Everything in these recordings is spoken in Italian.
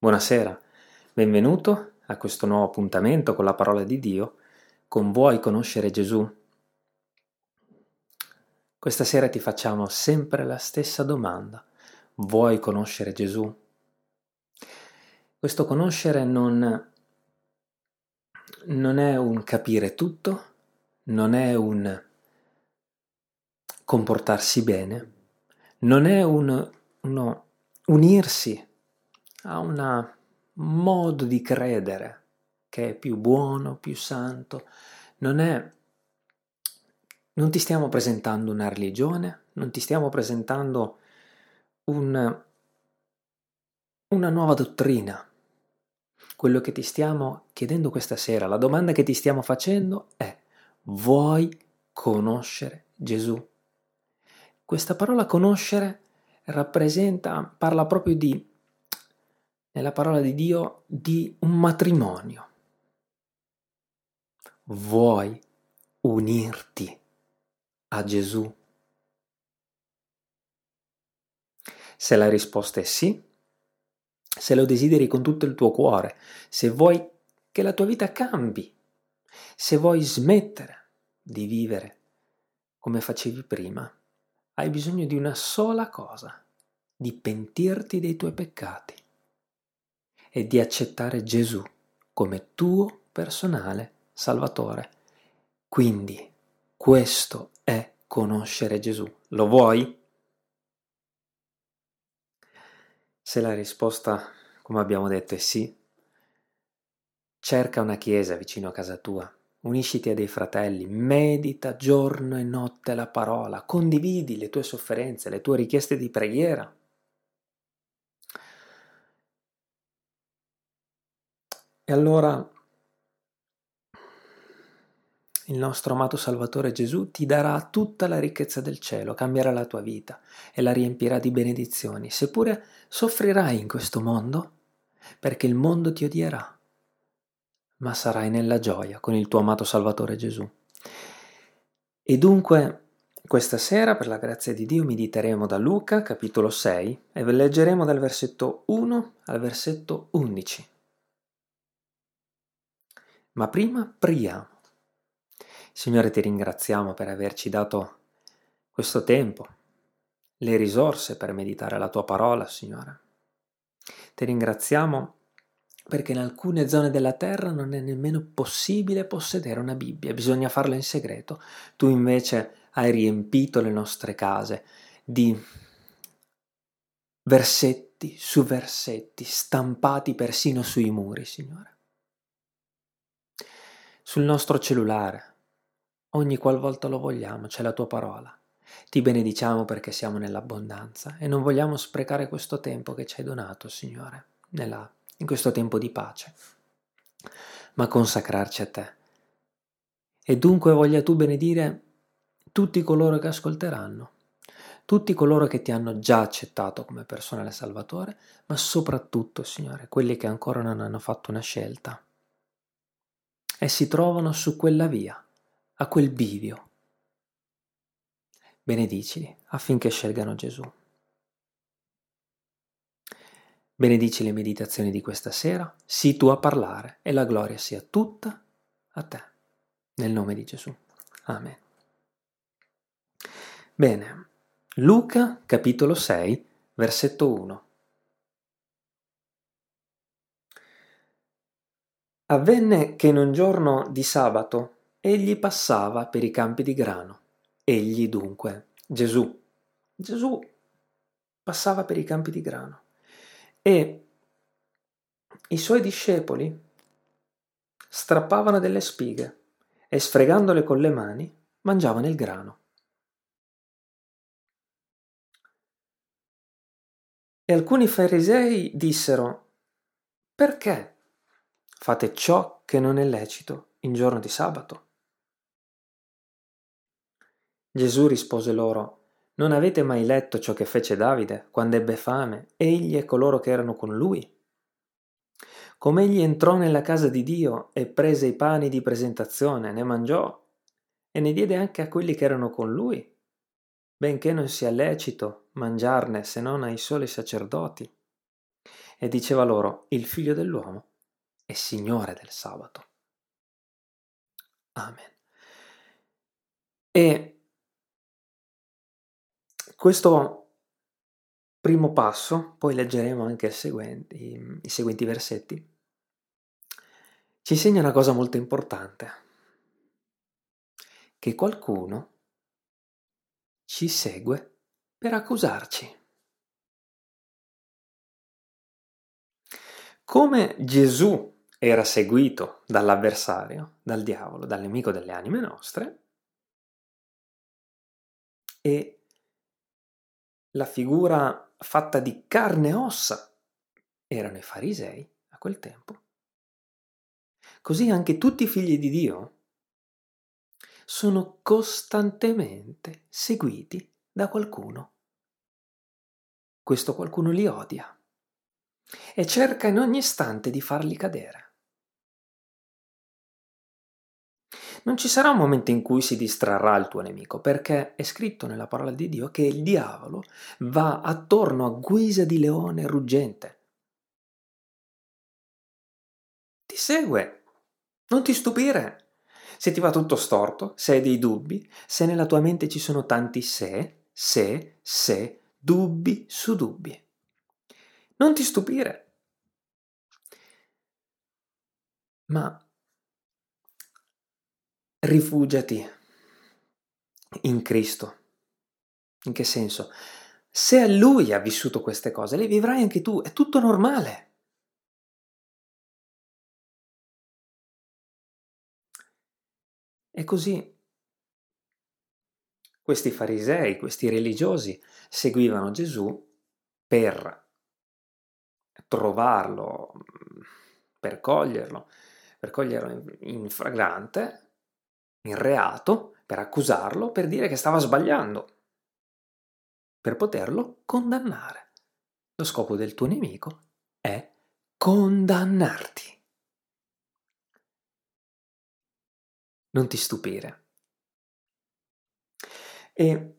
Buonasera, benvenuto a questo nuovo appuntamento con la parola di Dio, con Vuoi conoscere Gesù? Questa sera ti facciamo sempre la stessa domanda: vuoi conoscere Gesù? Questo conoscere non è un capire tutto, non è un comportarsi bene, non è uno unirsi a un modo di credere che è più buono, più santo. Non ti stiamo presentando una religione, non ti stiamo presentando una nuova dottrina. Quello che ti stiamo chiedendo questa sera, la domanda che ti stiamo facendo è: vuoi conoscere Gesù? Questa parola conoscere parla proprio nella parola di Dio, di un matrimonio. Vuoi unirti a Gesù? Se la risposta è sì, se lo desideri con tutto il tuo cuore, se vuoi che la tua vita cambi, se vuoi smettere di vivere come facevi prima, hai bisogno di una sola cosa: di pentirti dei tuoi peccati e di accettare Gesù come tuo personale Salvatore. Quindi, questo è conoscere Gesù. Lo vuoi? Se la risposta, come abbiamo detto, è sì, cerca una chiesa vicino a casa tua, unisciti a dei fratelli, medita giorno e notte la parola, condividi le tue sofferenze, le tue richieste di preghiera. E allora il nostro amato Salvatore Gesù ti darà tutta la ricchezza del cielo, cambierà la tua vita e la riempirà di benedizioni, seppure soffrirai in questo mondo, perché il mondo ti odierà, ma sarai nella gioia con il tuo amato Salvatore Gesù. E dunque, questa sera, per la grazia di Dio, mediteremo da Luca, capitolo 6, e leggeremo dal versetto 1 al versetto 11. Ma prima preghiamo. Signore, ti ringraziamo per averci dato questo tempo, le risorse per meditare la tua parola, Signore. Ti ringraziamo perché in alcune zone della terra non è nemmeno possibile possedere una Bibbia, bisogna farlo in segreto. Tu invece hai riempito le nostre case di versetti su versetti, stampati persino sui muri, Signore. Sul nostro cellulare, ogni qualvolta lo vogliamo, c'è la tua parola. Ti benediciamo perché siamo nell'abbondanza e non vogliamo sprecare questo tempo che ci hai donato, Signore, in questo tempo di pace, ma consacrarci a te. E dunque voglia tu benedire tutti coloro che ascolteranno, tutti coloro che ti hanno già accettato come personale Salvatore, ma soprattutto, Signore, quelli che ancora non hanno fatto una scelta e si trovano su quella via, a quel bivio. Benedicili affinché scelgano Gesù. Benedici le meditazioni di questa sera, sii tu a parlare e la gloria sia tutta a te. Nel nome di Gesù. Amen. Bene, Luca capitolo 6, versetto 1. Avvenne che in un giorno di sabato egli passava per i campi di grano. Egli dunque, Gesù passava per i campi di grano e i suoi discepoli strappavano delle spighe e sfregandole con le mani mangiavano il grano. E alcuni farisei dissero: perché fate ciò che non è lecito in giorno di sabato? Gesù rispose loro: non avete mai letto ciò che fece Davide quando ebbe fame, egli e coloro che erano con lui? Come egli entrò nella casa di Dio e prese i pani di presentazione, ne mangiò e ne diede anche a quelli che erano con lui, benché non sia lecito mangiarne se non ai soli sacerdoti. e diceva loro: il Figlio dell'uomo è Signore del sabato. Amen. E questo primo passo, poi leggeremo anche i seguenti versetti, ci insegna una cosa molto importante, che qualcuno ci segue per accusarci. Come Gesù era seguito dall'avversario, dal diavolo, dal nemico delle anime nostre, e la figura fatta di carne e ossa erano i farisei a quel tempo, così anche tutti i figli di Dio sono costantemente seguiti da qualcuno. Questo qualcuno li odia e cerca in ogni istante di farli cadere. Non ci sarà un momento in cui si distrarrà il tuo nemico, perché è scritto nella parola di Dio che il diavolo va attorno a guisa di leone ruggente. Ti segue, non ti stupire. Se ti va tutto storto, se hai dei dubbi, se nella tua mente ci sono tanti se, dubbi su dubbi. Non ti stupire. Ma rifugiati in Cristo. In che senso? Se Lui ha vissuto queste cose, le vivrai anche tu, è tutto normale. E così questi farisei, questi religiosi, seguivano Gesù per trovarlo, per coglierlo in flagrante, in reato, per accusarlo, per dire che stava sbagliando, per poterlo condannare. Lo scopo del tuo nemico è condannarti. Non ti stupire. E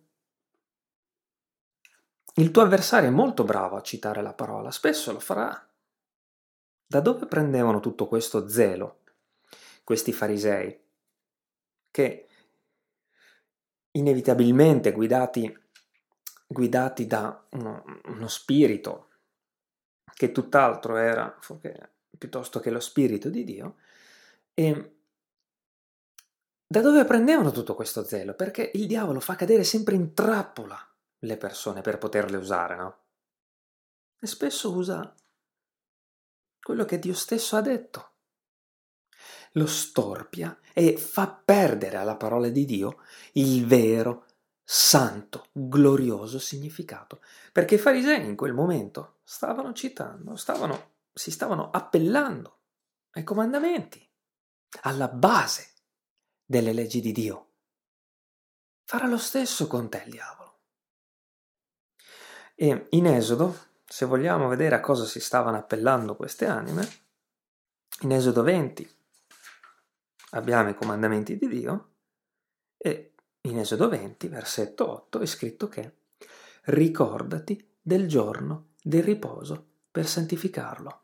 il tuo avversario è molto bravo a citare la parola, spesso lo farà. Da dove prendevano tutto questo zelo, questi farisei, che inevitabilmente guidati da uno spirito che tutt'altro era piuttosto che lo spirito di Dio, e da dove prendevano tutto questo zelo? Perché il diavolo fa cadere sempre in trappola le persone per poterle usare, no? E spesso usa quello che Dio stesso ha detto. Lo storpia e fa perdere alla parola di Dio il vero, santo, glorioso significato. Perché i farisei in quel momento stavano citando, si stavano appellando ai comandamenti, alla base delle leggi di Dio. Farà lo stesso con te il diavolo. E in Esodo, se vogliamo vedere a cosa si stavano appellando queste anime, in Esodo 20 abbiamo i comandamenti di Dio e in Esodo 20, versetto 8, è scritto che ricordati del giorno del riposo per santificarlo.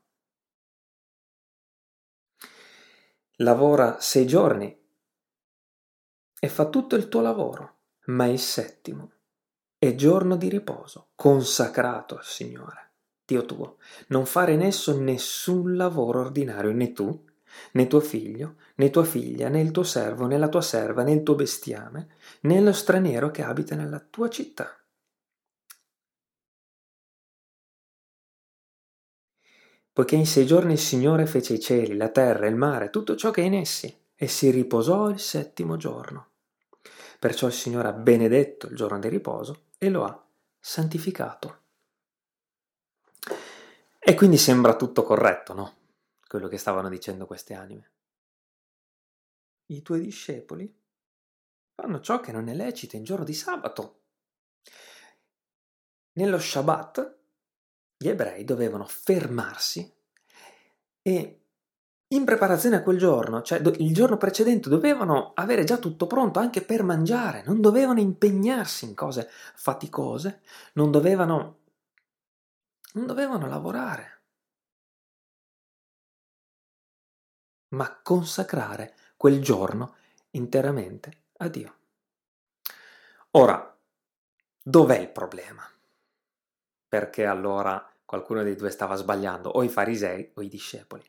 Lavora 6 giorni e fa tutto il tuo lavoro, ma il settimo è giorno di riposo, consacrato al Signore, Dio tuo. Non fare in esso nessun lavoro ordinario, né tu, né tuo figlio, né tua figlia, né il tuo servo, né la tua serva, né il tuo bestiame, né lo straniero che abita nella tua città. Poiché in 6 giorni il Signore fece i cieli, la terra, il mare, tutto ciò che è in essi, e si riposò il settimo giorno. Perciò il Signore ha benedetto il giorno di riposo e lo ha santificato. E quindi sembra tutto corretto, no? Quello che stavano dicendo queste anime. I tuoi discepoli fanno ciò che non è lecito in giorno di sabato. Nello Shabbat gli ebrei dovevano fermarsi e in preparazione a quel giorno, cioè il giorno precedente, dovevano avere già tutto pronto anche per mangiare, non dovevano impegnarsi in cose faticose, non dovevano lavorare. ma consacrare quel giorno interamente a Dio. Ora, dov'è il problema? Perché allora qualcuno dei due stava sbagliando, o i farisei o i discepoli.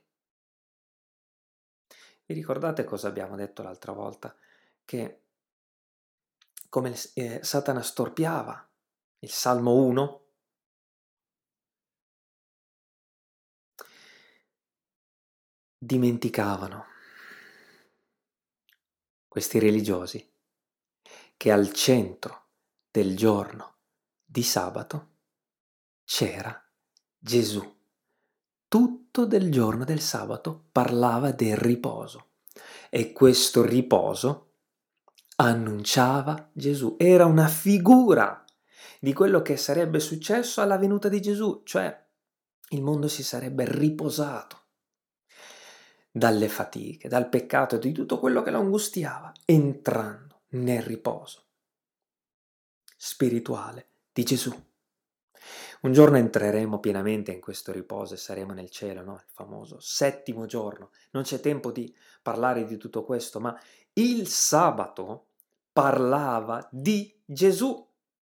Vi ricordate cosa abbiamo detto l'altra volta? Che come Satana storpiava il Salmo 1, dimenticavano questi religiosi che al centro del giorno di sabato c'era Gesù. Tutto del giorno del sabato parlava del riposo e questo riposo annunciava Gesù, era una figura di quello che sarebbe successo alla venuta di Gesù, cioè il mondo si sarebbe riposato dalle fatiche, dal peccato e di tutto quello che lo angustiava, entrando nel riposo spirituale di Gesù. Un giorno entreremo pienamente in questo riposo e saremo nel cielo, no? Il famoso settimo giorno. Non c'è tempo di parlare di tutto questo, ma il sabato parlava di Gesù.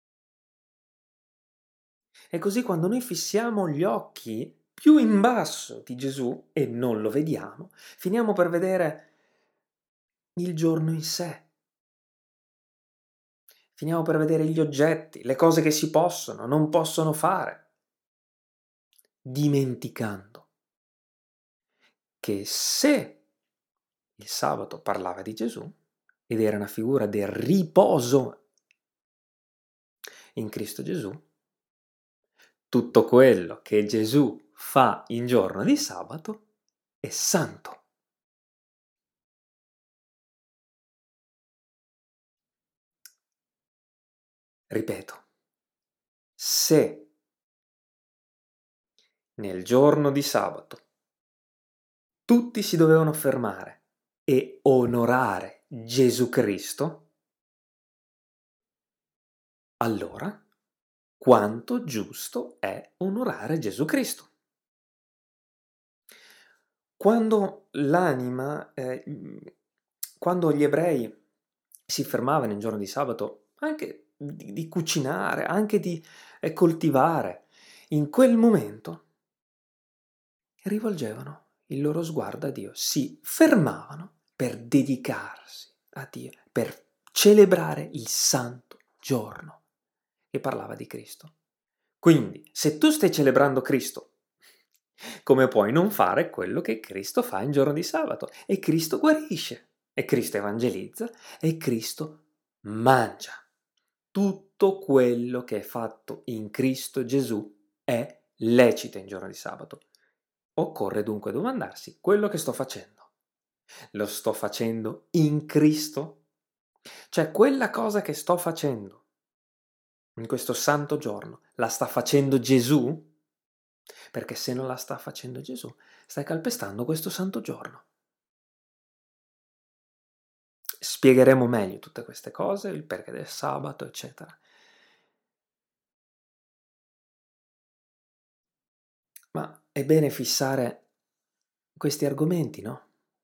E così quando noi fissiamo gli occhi più in basso di Gesù e non lo vediamo, finiamo per vedere il giorno in sé. Finiamo per vedere gli oggetti, le cose che si possono, non possono fare, dimenticando che se il sabato parlava di Gesù ed era una figura del riposo in Cristo Gesù, tutto quello che Gesù fa in giorno di sabato è santo. Ripeto, se nel giorno di sabato tutti si dovevano fermare e onorare Gesù Cristo, allora quanto giusto è onorare Gesù Cristo. Quando l'anima, quando gli ebrei si fermavano il giorno di sabato anche di cucinare, anche di coltivare, in quel momento rivolgevano il loro sguardo a Dio, si fermavano per dedicarsi a Dio, per celebrare il santo giorno che parlava di Cristo. Quindi, se tu stai celebrando Cristo, come puoi non fare quello che Cristo fa in giorno di sabato? E Cristo guarisce, e Cristo evangelizza, e Cristo mangia. Tutto quello che è fatto in Cristo Gesù è lecito in giorno di sabato. Occorre dunque domandarsi, quello che sto facendo, lo sto facendo in Cristo? Cioè quella cosa che sto facendo in questo santo giorno, la sta facendo Gesù? Perché se non la sta facendo Gesù, stai calpestando questo santo giorno. Spiegheremo meglio tutte queste cose, il perché del sabato, eccetera. Ma è bene fissare questi argomenti, no?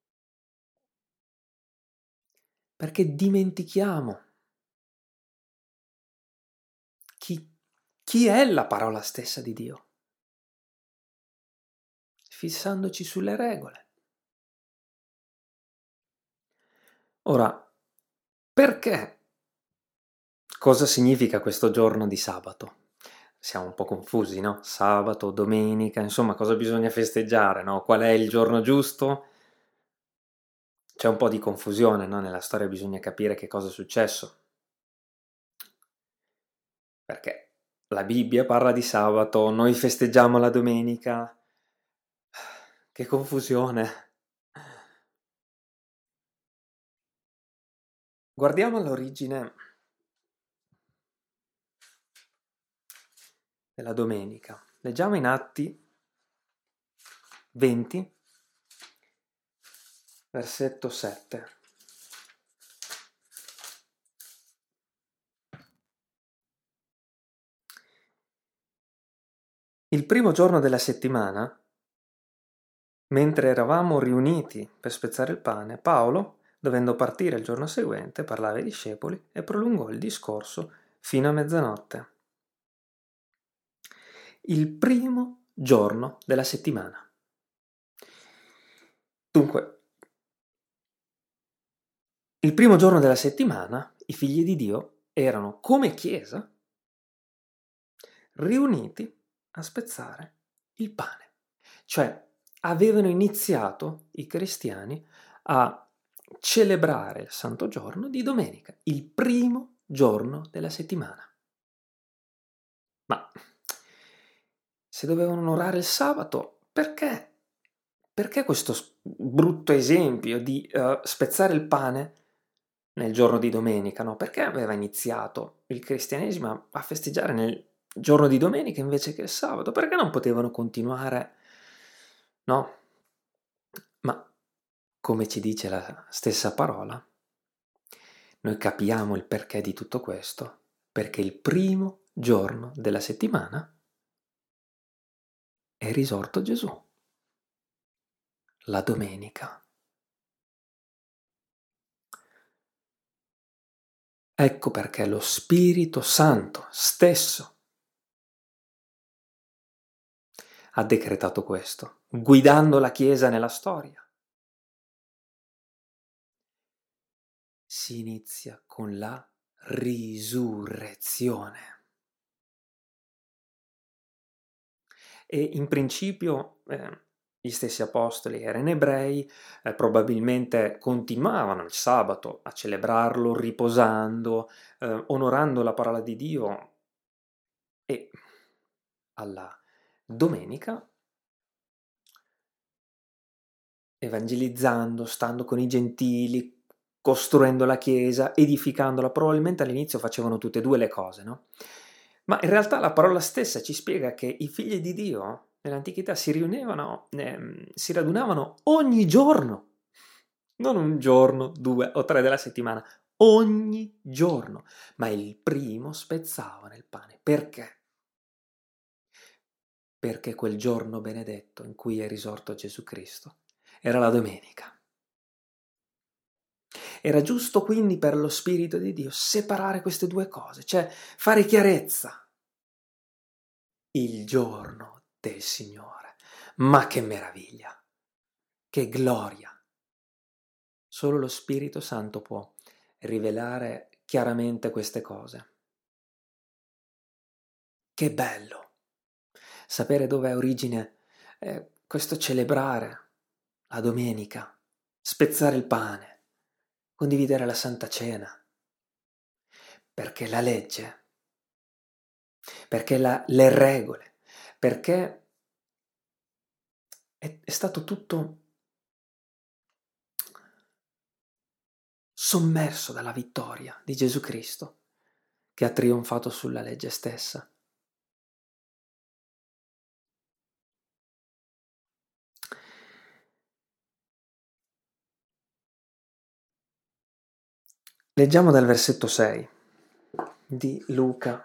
Perché dimentichiamo chi è la parola stessa di Dio, fissandoci sulle regole. Ora, perché? Cosa significa questo giorno di sabato? Siamo un po' confusi, no? Sabato, domenica, insomma, cosa bisogna festeggiare, no? Qual è il giorno giusto? C'è un po' di confusione, no? Nella storia bisogna capire che cosa è successo. Perché la Bibbia parla di sabato, noi festeggiamo la domenica. Che confusione. Guardiamo all'origine della domenica. Leggiamo in Atti 20, versetto 7. Il primo giorno della settimana Mentre eravamo riuniti per spezzare il pane, Paolo, dovendo partire il giorno seguente, parlava ai discepoli e prolungò il discorso fino a mezzanotte. Il primo giorno della settimana. Dunque, il primo giorno della settimana i figli di Dio erano come Chiesa riuniti a spezzare il pane. Cioè, avevano iniziato i cristiani a celebrare il santo giorno di domenica, il primo giorno della settimana. Ma se dovevano onorare il sabato, perché? Perché questo brutto esempio di spezzare il pane nel giorno di domenica, no? Perché aveva iniziato il cristianesimo a festeggiare nel giorno di domenica invece che il sabato? Perché non potevano continuare, no? Ma come ci dice la stessa parola, noi capiamo il perché di tutto questo, perché il primo giorno della settimana è risorto Gesù, la domenica. Ecco perché lo Spirito Santo stesso ha decretato questo, guidando la Chiesa nella storia. Si inizia con la risurrezione. E in principio gli stessi apostoli erano ebrei, probabilmente continuavano il sabato a celebrarlo riposando, onorando la parola di Dio e alla domenica evangelizzando, stando con i gentili, costruendo la chiesa, edificandola. Probabilmente all'inizio facevano tutte e due le cose, no? Ma in realtà la parola stessa ci spiega che i figli di Dio nell'antichità si riunivano, si radunavano ogni giorno, non un giorno, 2 o 3 della settimana, ogni giorno. Ma il primo spezzavano il pane. Perché? Perché quel giorno benedetto in cui è risorto Gesù Cristo era la domenica. Era giusto quindi per lo Spirito di Dio separare queste due cose, cioè fare chiarezza. Il giorno del Signore. Ma che meraviglia! Che gloria! Solo lo Spirito Santo può rivelare chiaramente queste cose. Che bello! Sapere dove ha origine questo celebrare la domenica, spezzare il pane, condividere la Santa Cena. Perché la legge, perché le regole, perché è stato tutto sommerso dalla vittoria di Gesù Cristo, che ha trionfato sulla legge stessa. Leggiamo dal versetto 6 di Luca.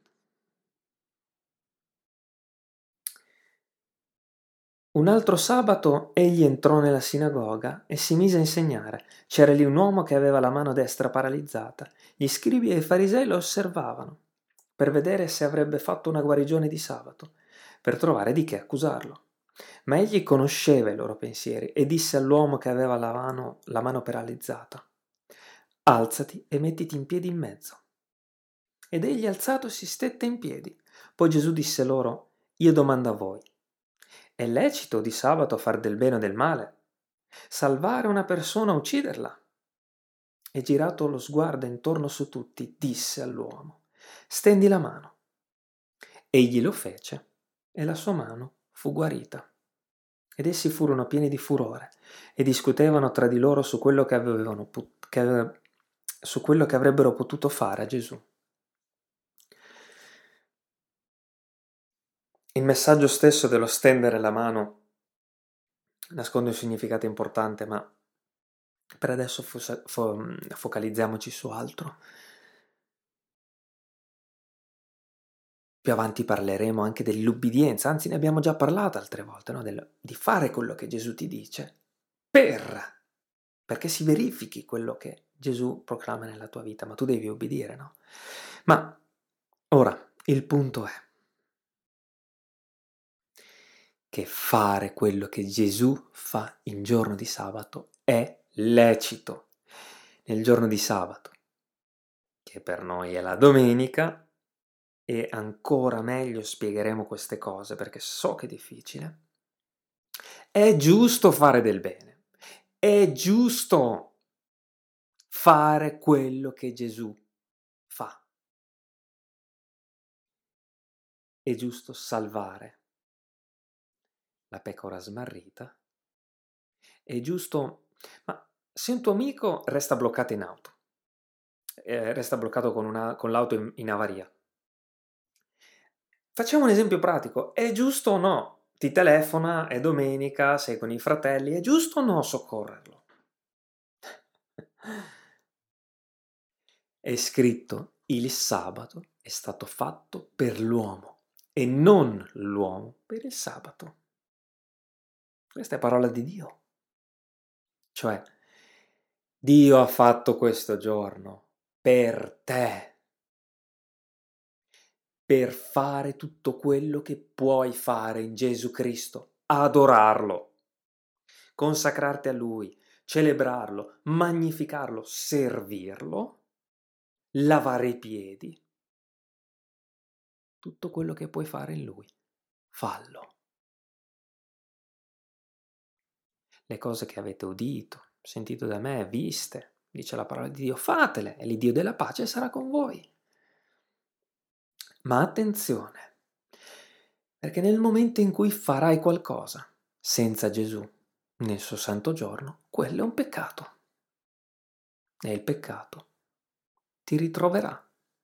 Un altro sabato egli entrò nella sinagoga e si mise a insegnare. C'era lì un uomo che aveva la mano destra paralizzata. Gli scribi e i farisei lo osservavano per vedere se avrebbe fatto una guarigione di sabato, per trovare di che accusarlo. Ma egli conosceva i loro pensieri e disse all'uomo che aveva la mano paralizzata: Alzati e mettiti in piedi in mezzo. Ed egli alzatosi stette in piedi. Poi Gesù disse loro: Io domando a voi: è lecito di sabato far del bene o del male? Salvare una persona o ucciderla? E girato lo sguardo intorno su tutti, disse all'uomo: Stendi la mano. Egli lo fece e la sua mano fu guarita. Ed essi furono pieni di furore e discutevano tra di loro su quello su quello che avrebbero potuto fare a Gesù. Il messaggio stesso dello stendere la mano nasconde un significato importante, ma per adesso focalizziamoci su altro. Più avanti parleremo anche dell'ubbidienza, anzi ne abbiamo già parlato altre volte, no? Di fare quello che Gesù ti dice perché si verifichi quello che Gesù proclama nella tua vita, ma tu devi obbedire, no? Ma ora, il punto è che fare quello che Gesù fa in giorno di sabato è lecito. Nel giorno di sabato, che per noi è la domenica, e ancora meglio spiegheremo queste cose perché so che è difficile, è giusto fare del bene, è giusto fare quello che Gesù fa, è giusto salvare la pecora smarrita, è giusto, ma se un tuo amico resta bloccato in auto, resta bloccato con l'auto in avaria, facciamo un esempio pratico, è giusto o no? Ti telefona, è domenica, sei con i fratelli, è giusto o no soccorrerlo? È scritto, il sabato è stato fatto per l'uomo e non l'uomo per il sabato. Questa è parola di Dio. Cioè, Dio ha fatto questo giorno per te, per fare tutto quello che puoi fare in Gesù Cristo, adorarlo, consacrarti a Lui, celebrarlo, magnificarlo, servirlo, lavare i piedi, tutto quello che puoi fare in Lui, fallo. Le cose che avete udito, sentito da me, viste, dice la parola di Dio, fatele e l'Iddio della pace sarà con voi. Ma attenzione, perché nel momento in cui farai qualcosa senza Gesù nel suo santo giorno, quello è un peccato. E il peccato ti ritroverà.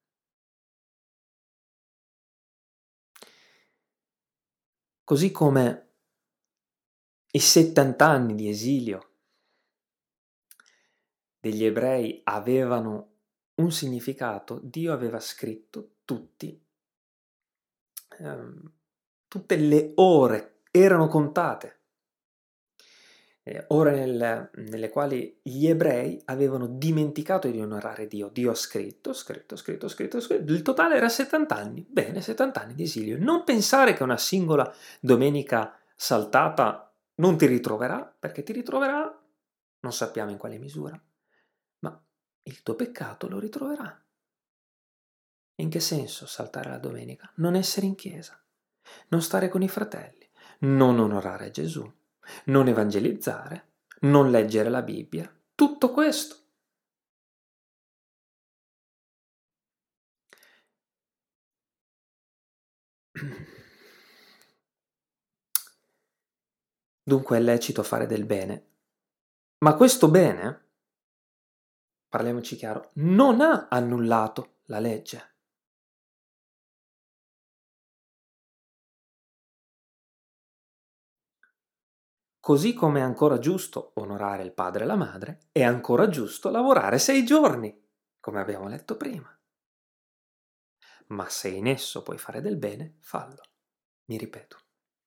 Così come i 70 anni di esilio degli ebrei avevano un significato, Dio aveva scritto tutte le ore, erano contate, ore nelle quali gli ebrei avevano dimenticato di onorare Dio. Dio ha scritto, il totale era 70 anni, bene, 70 anni di esilio. Non pensare che una singola domenica saltata non ti ritroverà, perché ti ritroverà, non sappiamo in quale misura, ma il tuo peccato lo ritroverà. In che senso saltare la domenica? Non essere in chiesa, non stare con i fratelli, non onorare Gesù, non evangelizzare, non leggere la Bibbia, tutto questo. Dunque è lecito fare del bene, ma questo bene, parliamoci chiaro, non ha annullato la legge. Così come è ancora giusto onorare il padre e la madre, è ancora giusto lavorare 6 giorni, come abbiamo letto prima. Ma se in esso puoi fare del bene, fallo. Mi ripeto.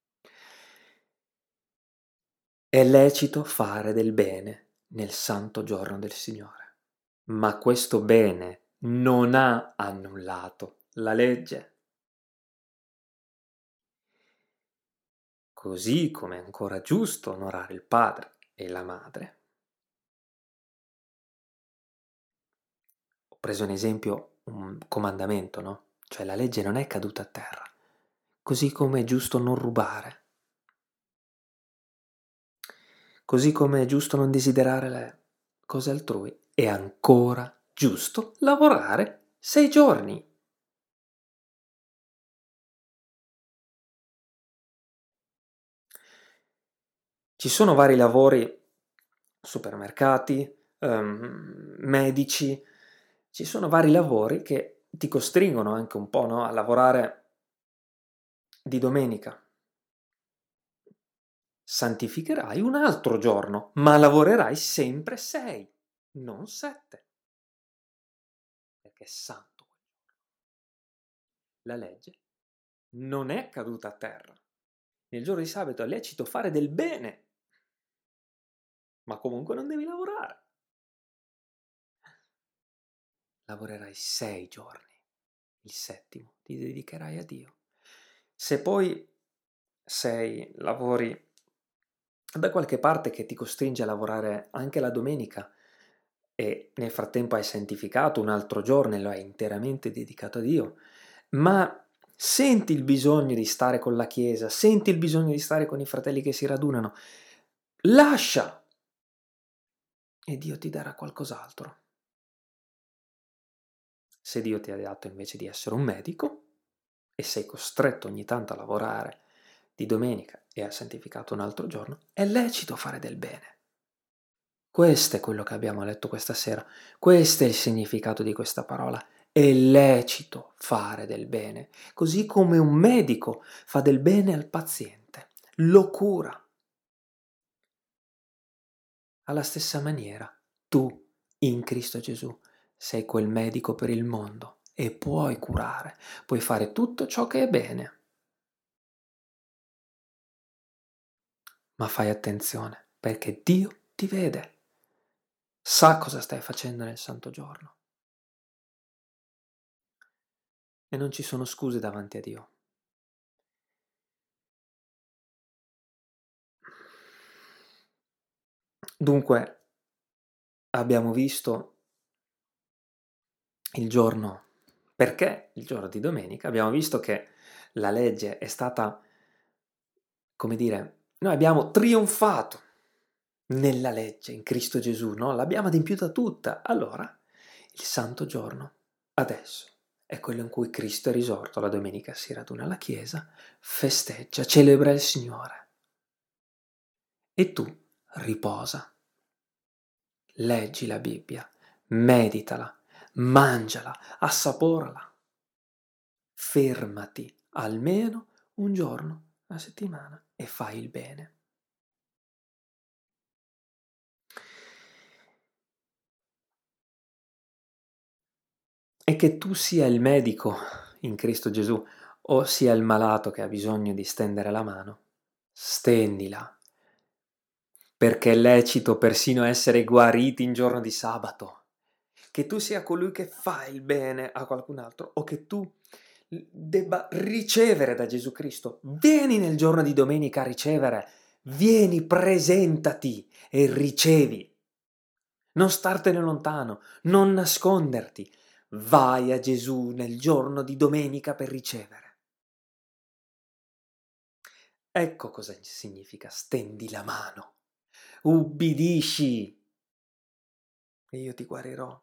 È lecito fare del bene nel santo giorno del Signore, ma questo bene non ha annullato la legge. Così come è ancora giusto onorare il padre e la madre. Ho preso un esempio, un comandamento, no? Cioè la legge non è caduta a terra. Così come è giusto non rubare. Così come è giusto non desiderare le cose altrui, è ancora giusto lavorare 6 giorni. Ci sono vari lavori, supermercati, medici, ci sono vari lavori che ti costringono anche un po', no, a lavorare di domenica. Santificherai un altro giorno, ma lavorerai sempre 6, non 7, perché è santo. La legge non è caduta a terra. Nel giorno di sabato è lecito fare del bene, ma comunque non devi lavorare. Lavorerai 6 giorni, il settimo ti dedicherai a Dio. Se poi lavori da qualche parte che ti costringe a lavorare anche la domenica e nel frattempo hai santificato un altro giorno e lo hai interamente dedicato a Dio, ma senti il bisogno di stare con la Chiesa, senti il bisogno di stare con i fratelli che si radunano, lascia e Dio ti darà qualcos'altro. Se Dio ti ha dato invece di essere un medico e sei costretto ogni tanto a lavorare di domenica e hai santificato un altro giorno, è lecito fare del bene. Questo è quello che abbiamo letto questa sera, questo è il significato di questa parola. È lecito fare del bene, così come un medico fa del bene al paziente, lo cura. Alla stessa maniera, tu, in Cristo Gesù, sei quel medico per il mondo e puoi curare, puoi fare tutto ciò che è bene. Ma fai attenzione, perché Dio ti vede, sa cosa stai facendo nel santo giorno. E non ci sono scuse davanti a Dio. Dunque, abbiamo visto il giorno, perché il giorno di domenica, abbiamo visto che la legge è stata, come dire, noi abbiamo trionfato nella legge, in Cristo Gesù, no? L'abbiamo adempiuta tutta. Allora, il santo giorno, adesso, è quello in cui Cristo è risorto. La domenica si raduna alla chiesa, festeggia, celebra il Signore. E tu riposa, leggi la Bibbia, meditala, mangiala, assaporala. Fermati almeno un giorno a settimana e fai il bene. E che tu sia il medico in Cristo Gesù o sia il malato che ha bisogno di stendere la mano, stendila, perché è lecito persino essere guariti in giorno di sabato. Che tu sia colui che fa il bene a qualcun altro o che tu debba ricevere da Gesù Cristo. Vieni nel giorno di domenica a ricevere, vieni, presentati e ricevi. Non startene lontano, non nasconderti. Vai a Gesù nel giorno di domenica per ricevere. Ecco cosa significa stendi la mano. Ubbidisci e io ti guarirò.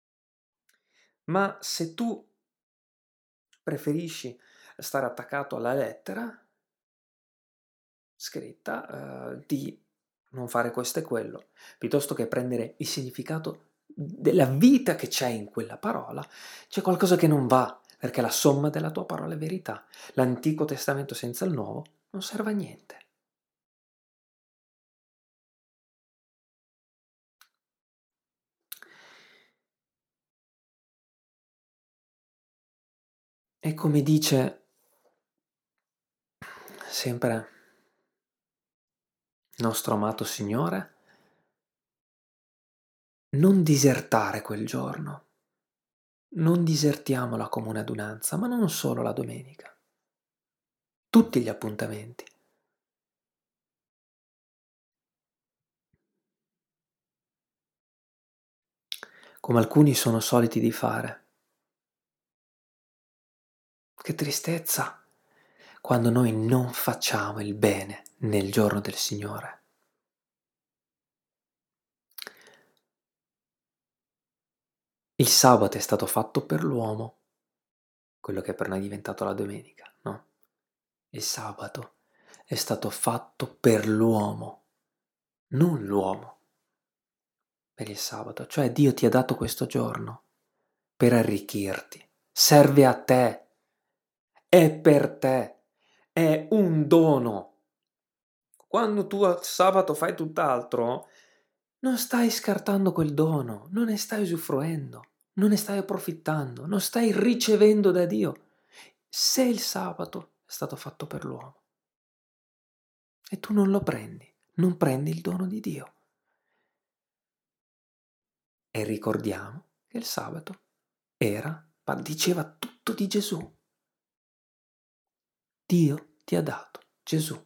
Ma se tu preferisci stare attaccato alla lettera scritta, di non fare questo e quello, piuttosto che prendere il significato della vita che c'è in quella parola, c'è qualcosa che non va, perché la somma della tua parola è verità. L'Antico Testamento senza il Nuovo non serve a niente. E come dice sempre il nostro amato Signore, non disertare quel giorno. Non disertiamo la comune adunanza, ma non solo la domenica. Tutti gli appuntamenti. Come alcuni sono soliti di fare. Che tristezza quando noi non facciamo il bene nel giorno del Signore. Il sabato è stato fatto per l'uomo, quello che per noi è diventato la domenica, no? Il sabato è stato fatto per l'uomo, non l'uomo per il sabato. Cioè Dio ti ha dato questo giorno per arricchirti. Serve a te, è per te, è un dono. Quando tu al sabato fai tutt'altro, non stai scartando quel dono, non ne stai usufruendo, non ne stai approfittando, non stai ricevendo da Dio. Se il sabato stato fatto per l'uomo. E tu non lo prendi, non prendi il dono di Dio. E ricordiamo che il sabato diceva tutto di Gesù. Dio ti ha dato Gesù.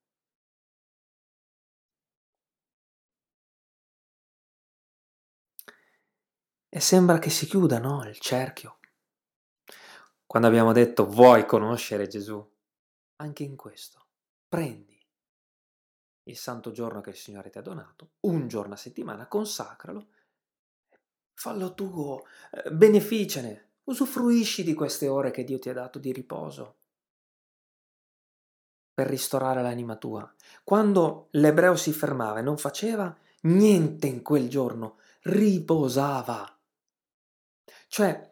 E sembra che si chiuda, no, il cerchio. Quando abbiamo detto vuoi conoscere Gesù, anche in questo, prendi il santo giorno che il Signore ti ha donato, un giorno a settimana, consacralo, fallo tuo, beneficiane, usufruisci di queste ore che Dio ti ha dato di riposo per ristorare l'anima tua. Quando l'ebreo si fermava e non faceva niente in quel giorno, riposava. Cioè,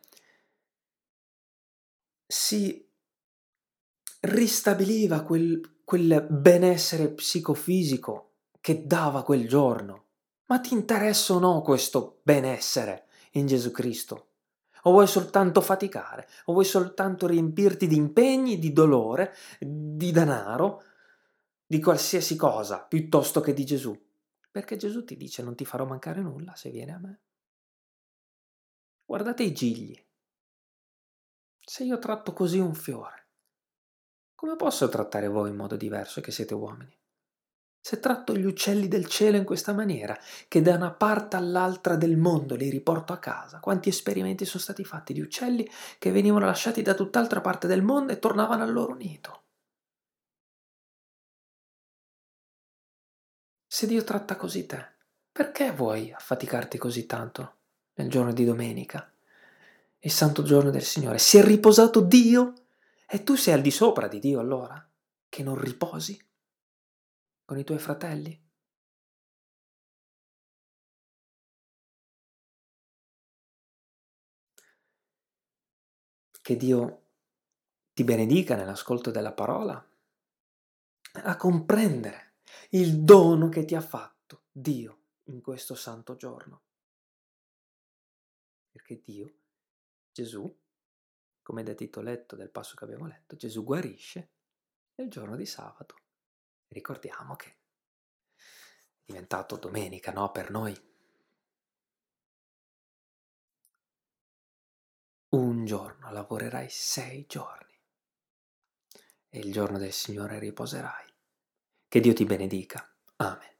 si ristabiliva quel benessere psicofisico che dava quel giorno. Ma ti interessa o no questo benessere in Gesù Cristo? O vuoi soltanto faticare? O vuoi soltanto riempirti di impegni, di dolore, di denaro, di qualsiasi cosa, piuttosto che di Gesù? Perché Gesù ti dice non ti farò mancare nulla se vieni a me. Guardate i gigli. Se io tratto così un fiore, come posso trattare voi in modo diverso che siete uomini? Se tratto gli uccelli del cielo in questa maniera, che da una parte all'altra del mondo li riporto a casa, quanti esperimenti sono stati fatti di uccelli che venivano lasciati da tutt'altra parte del mondo e tornavano al loro nido? Se Dio tratta così te, perché vuoi affaticarti così tanto nel giorno di domenica, il santo giorno del Signore? Si è riposato Dio e tu sei al di sopra di Dio allora, che non riposi con i tuoi fratelli? Che Dio ti benedica nell'ascolto della parola, a comprendere il dono che ti ha fatto Dio in questo santo giorno. Perché Dio, Gesù, come da titoletto del passo che abbiamo letto, Gesù guarisce il giorno di sabato. Ricordiamo che è diventato domenica, no? Per noi. Un giorno lavorerai 6 giorni e il giorno del Signore riposerai. Che Dio ti benedica. Amen.